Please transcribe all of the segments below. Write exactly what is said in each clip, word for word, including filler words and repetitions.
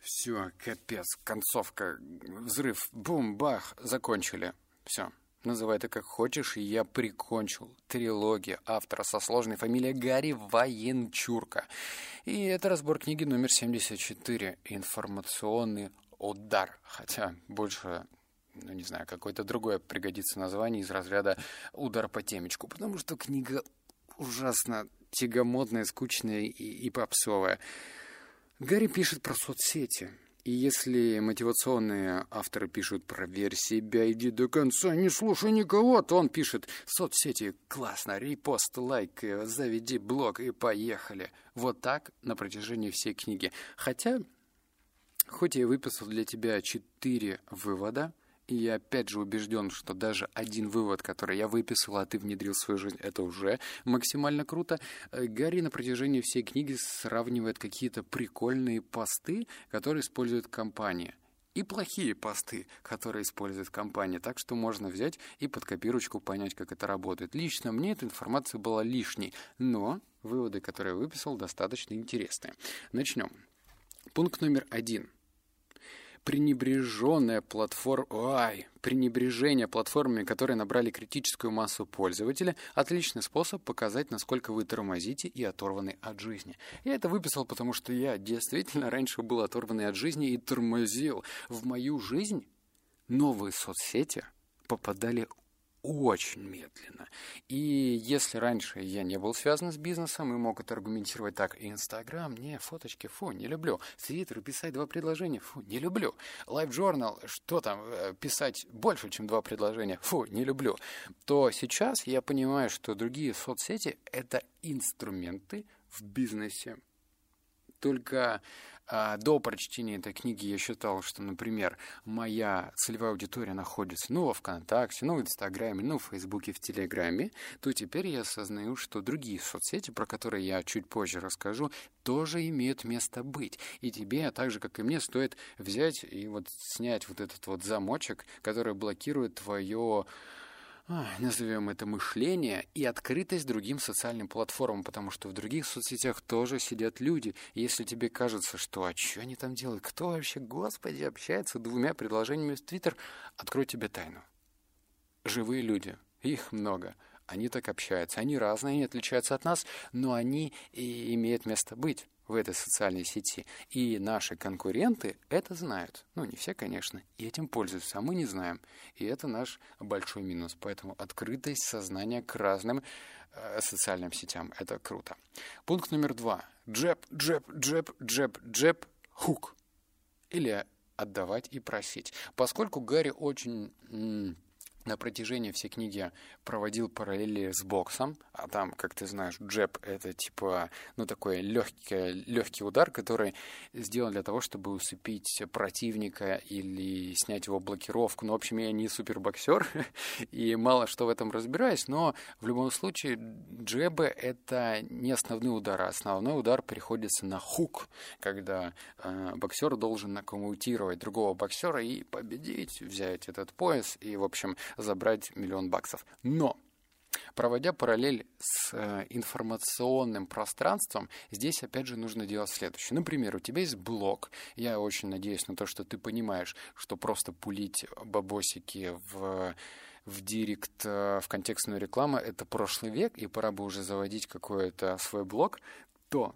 Все, капец, концовка, взрыв, бум, бах, закончили. Все, называй это как хочешь, и я прикончил. Трилогия автора со сложной фамилией Гарри Вайнчурка. И это разбор книги номер семьдесят четыре «Информационный удар». Хотя больше, ну не знаю, какое-то другое пригодится название из разряда «Удар по темечку», потому что книга ужасно тягомотная, скучная и, и попсовая. Гарри пишет про соцсети. И если мотивационные авторы пишут про «верь себя, иди до конца, не слушай никого», то он пишет «соцсети классно, репост, лайк, заведи блог и поехали». Вот так на протяжении всей книги. Хотя, хоть я и выписал для тебя четыре вывода, и я опять же убежден, что даже один вывод, который я выписал, а ты внедрил в свою жизнь, это уже максимально круто. Гарри на протяжении всей книги сравнивает какие-то прикольные посты, которые использует компания, и плохие посты, которые использует компания. Так что можно взять и под копирочку понять, как это работает. Лично мне эта информация была лишней, но выводы, которые я выписал, достаточно интересные. Начнем. Пункт номер один. Пренебреженная платформа, ой, пренебрежение платформами, которые набрали критическую массу пользователя, отличный способ показать, насколько вы тормозите и оторваны от жизни. Я это выписал, потому что я действительно раньше был оторванный от жизни и тормозил. В мою жизнь новые соцсети попадали очень медленно. И если раньше я не был связан с бизнесом и мог это аргументировать так: Инстаграм, не, фоточки, фу, не люблю. Твиттер, писать два предложения, фу, не люблю. Лайв-журнал, что там, писать больше, чем два предложения, фу, не люблю. То сейчас я понимаю, что другие соцсети — это инструменты в бизнесе. Только а, до прочтения этой книги я считал, что, например, моя целевая аудитория находится, ну, во ВКонтакте, ну, в Инстаграме, ну, в Фейсбуке, в Телеграме, то теперь я осознаю, что другие соцсети, про которые я чуть позже расскажу, тоже имеют место быть. И тебе, а так же, как и мне, стоит взять и вот снять вот этот вот замочек, который блокирует твое, назовем это, мышление и открытость другим социальным платформам, потому что в других соцсетях тоже сидят люди. И если тебе кажется, что а что они там делают, кто вообще, господи, общается двумя предложениями в Твиттер, открой тебе тайну. Живые люди, их много, они так общаются, они разные, они отличаются от нас, но они и имеют место быть в этой социальной сети. И наши конкуренты это знают. Ну, не все, конечно, и этим пользуются, а мы не знаем. И это наш большой минус. Поэтому открытость сознания к разным э, социальным сетям — это круто. Пункт номер два. Джеб, джеб, джеб, джеб, джеб, хук. Или отдавать и просить. Поскольку Гарри очень... М- на протяжении всей книги проводил параллели с боксом, а там, как ты знаешь, джеб — это типа, ну, такой легкий, легкий удар, который сделан для того, чтобы усыпить противника или снять его блокировку. Ну, в общем, я не супербоксер и мало что в этом разбираюсь, но в любом случае джебы — это не основной удар, а основной удар приходится на хук, когда э, боксер должен нокаутировать другого боксера и победить, взять этот пояс и, в общем, забрать миллион баксов. Но, проводя параллель с э, информационным пространством, здесь, опять же, нужно делать следующее. Например, у тебя есть блог. Я очень надеюсь на то, что ты понимаешь, что просто пулить бабосики в... в директ, в контекстную рекламу — это прошлый век, и пора бы уже заводить какой-то свой блог, то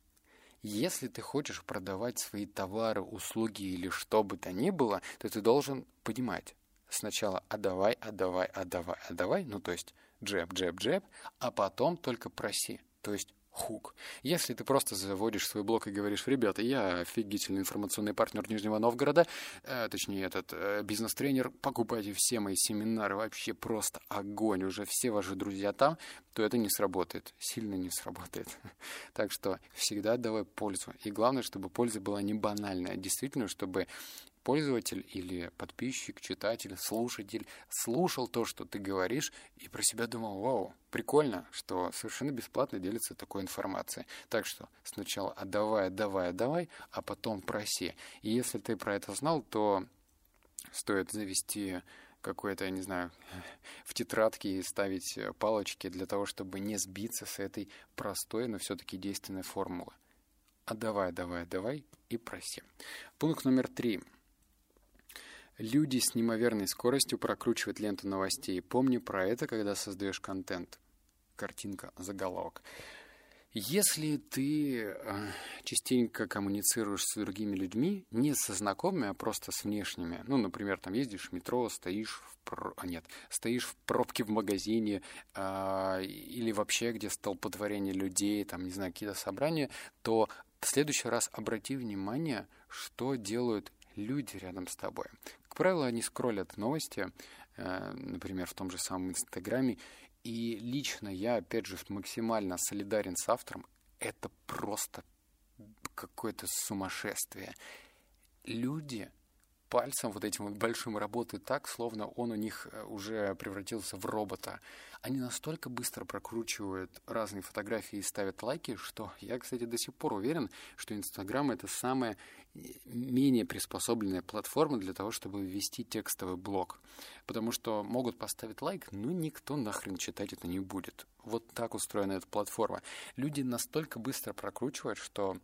если ты хочешь продавать свои товары, услуги или что бы то ни было, то ты должен понимать: сначала отдавай, отдавай, отдавай, отдавай, ну то есть джеб, джеб, джеб, а потом только проси, то есть хук. Если ты просто заводишь свой блог и говоришь: ребята, я офигительный информационный партнер Нижнего Новгорода, э, точнее этот э, бизнес-тренер, покупайте все мои семинары, вообще просто огонь, уже все ваши друзья там, то это не сработает, сильно не сработает. Так что всегда давай пользу. И главное, чтобы польза была не банальная, а действительно, чтобы пользователь или подписчик, читатель, слушатель слушал то, что ты говоришь, и про себя думал: вау, прикольно, что совершенно бесплатно делится такой информацией. Так что сначала отдавай, отдавай, отдавай, а потом проси. И если ты про это знал, то стоит завести какой-то, я не знаю, в тетрадке и ставить палочки для того, чтобы не сбиться с этой простой, но все-таки действенной формулы. а давай, давай, давай и проси. Пункт номер три. Люди с неимоверной скоростью прокручивают ленту новостей. Помни про это, когда создаешь контент. Картинка, заголовок. Если ты э, частенько коммуницируешь с другими людьми, не со знакомыми, а просто с внешними, ну, например, там ездишь в метро, стоишь в, про... а, нет, стоишь в пробке в магазине э, или вообще, где столпотворение людей, там, не знаю, какие-то собрания, то в следующий раз обрати внимание, что делают люди рядом с тобой. Как правило, они скроллят новости, э, например, в том же самом Инстаграме, и лично я, опять же, максимально солидарен с автором. Это просто какое-то сумасшествие. Люди пальцем вот этим вот большим работают так, словно он у них уже превратился в робота. Они настолько быстро прокручивают разные фотографии и ставят лайки, что я, кстати, до сих пор уверен, что Инстаграм — это самая менее приспособленная платформа для того, чтобы ввести текстовый блог. Потому что могут поставить лайк, но никто нахрен читать это не будет. Вот так устроена эта платформа. Люди настолько быстро прокручивают, что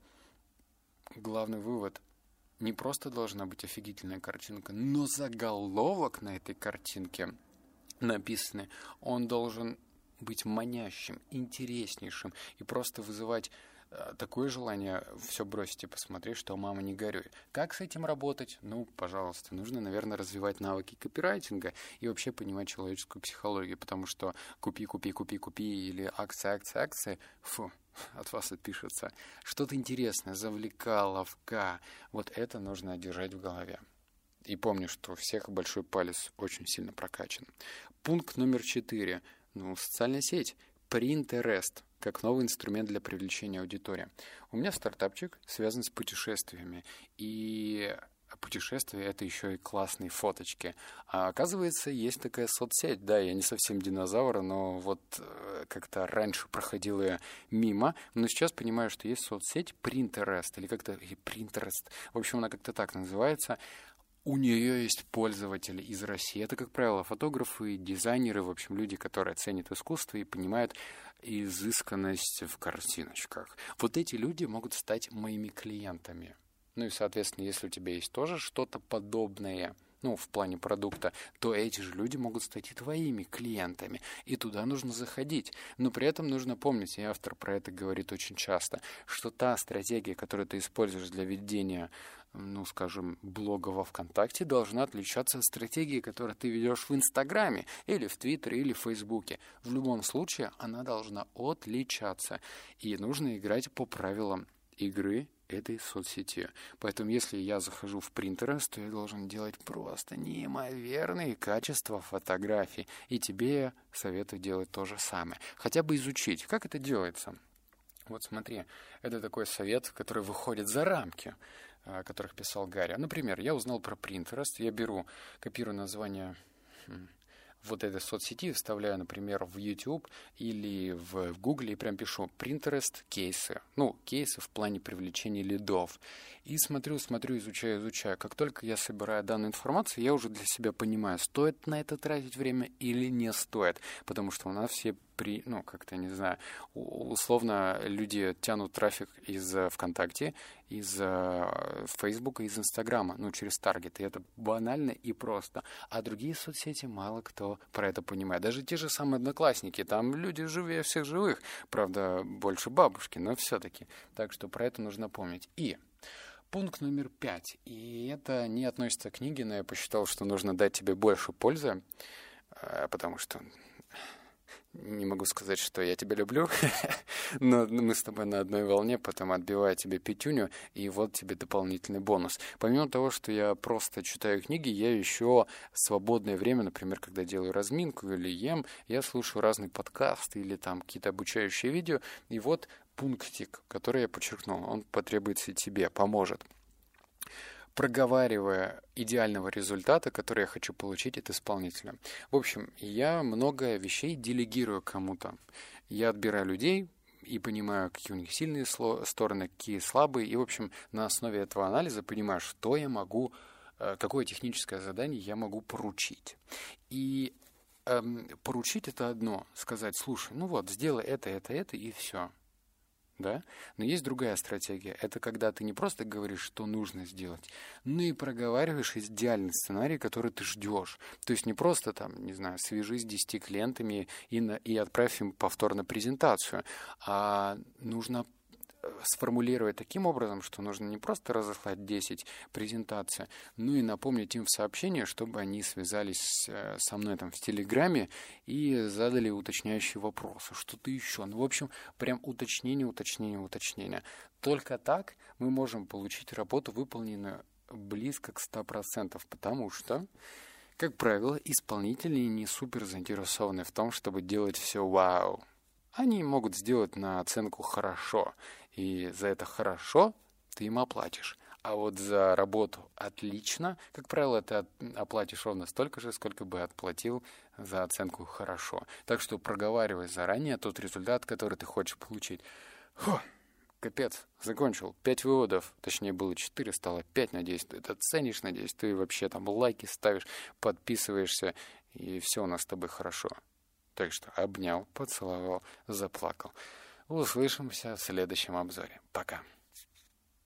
главный вывод — не просто должна быть офигительная картинка, но заголовок на этой картинке написанный, он должен быть манящим, интереснейшим и просто вызывать э, такое желание все бросить и посмотреть, что «мама, не горюй». Как с этим работать? Ну, пожалуйста, нужно, наверное, развивать навыки копирайтинга и вообще понимать человеческую психологию, потому что купи, купи, купи, купи или акции, акции, акции, фу, от вас отпишется. Что-то интересное, завлекаловка. Вот это нужно держать в голове. И помни, что у всех большой палец очень сильно прокачан. Пункт номер четыре. Ну, социальная сеть. Pinterest как новый инструмент для привлечения аудитории. У меня стартапчик связан с путешествиями. И путешествия — это еще и классные фоточки. А оказывается, есть такая соцсеть. Да, я не совсем динозавр, но вот э, как-то раньше проходил я мимо, но сейчас понимаю, что есть соцсеть Pinterest, или как-то или Pinterest. В общем, она как-то так называется. У нее есть пользователи из России. Это, как правило, фотографы, дизайнеры, в общем, люди, которые ценят искусство и понимают изысканность в картиночках. Вот эти люди могут стать моими клиентами. Ну и, соответственно, если у тебя есть тоже что-то подобное, ну, в плане продукта, то эти же люди могут стать и твоими клиентами. И туда нужно заходить. Но при этом нужно помнить, и автор про это говорит очень часто, что та стратегия, которую ты используешь для ведения, ну, скажем, блога во ВКонтакте, должна отличаться от стратегии, которую ты ведешь в Инстаграме, или в Твиттере, или в Фейсбуке. В любом случае, она должна отличаться. И нужно играть по правилам игры этой соцсети. Поэтому, если я захожу в Pinterest, то я должен делать просто неимоверные качества фотографий. И тебе советую делать то же самое. Хотя бы изучить, как это делается. Вот смотри, это такой совет, который выходит за рамки, о которых писал Гарри. Например, я узнал про Pinterest, я беру, копирую название вот этой соцсети, вставляю, например, в YouTube или в, в Google и прям пишу Pinterest кейсы. Ну, кейсы в плане привлечения лидов. И смотрю, смотрю, изучаю, изучаю. Как только я собираю данную информацию, я уже для себя понимаю, стоит на это тратить время или не стоит. Потому что у нас все при, ну, как-то, не знаю, условно люди тянут трафик из ВКонтакте, из Фейсбука, из Инстаграма, ну, через таргет. И это банально и просто. А другие соцсети мало кто про это понимает. Даже те же самые Одноклассники, там люди живее всех живых. Правда, больше бабушки, но все-таки. Так что про это нужно помнить. И пункт номер пять. И это не относится к книге, но я посчитал, что нужно дать тебе больше пользы, потому что не могу сказать, что я тебя люблю, но мы с тобой на одной волне, потом отбиваю тебе пятюню, и вот тебе дополнительный бонус. Помимо того, что я просто читаю книги, я еще в свободное время, например, когда делаю разминку или ем, я слушаю разные подкасты или там какие-то обучающие видео, и вот пунктик, который я подчеркнул, он потребуется тебе, поможет. Проговаривая идеального результата, который я хочу получить от исполнителя. В общем, я много вещей делегирую кому-то. Я отбираю людей и понимаю, какие у них сильные стороны, какие слабые. И, в общем, на основе этого анализа понимаю, что я могу, какое техническое задание я могу поручить. И эм, поручить — это одно. Сказать: слушай, ну вот, сделай это, это, это, и все. да? Но есть другая стратегия. Это когда ты не просто говоришь, что нужно сделать, но и проговариваешь идеальный сценарий, который ты ждешь. То есть не просто там, не знаю, свяжись с десятью клиентами и, на, и отправь им повторно презентацию, а нужно сформулировать таким образом, что нужно не просто разослать десять презентаций, но и напомнить им в сообщении, чтобы они связались со мной там в Телеграме и задали уточняющие вопросы, что-то еще. Ну, в общем, прям уточнение, уточнение, уточнение. Только так мы можем получить работу, выполненную близко к ста процентам, потому что, как правило, исполнители не супер заинтересованы в том, чтобы делать все вау. Они могут сделать на оценку «хорошо», и за это «хорошо» ты им оплатишь. А вот за работу «отлично», как правило, ты оплатишь ровно столько же, сколько бы отплатил за оценку «хорошо». Так что проговаривай заранее тот результат, который ты хочешь получить. Фу, капец, закончил. Пять выводов, точнее было четыре, стало пять. Надеюсь, ты это ценишь, надеюсь, ты вообще там лайки ставишь, подписываешься, и все у нас с тобой хорошо. Так что обнял, поцеловал, заплакал. Услышимся в следующем обзоре. Пока.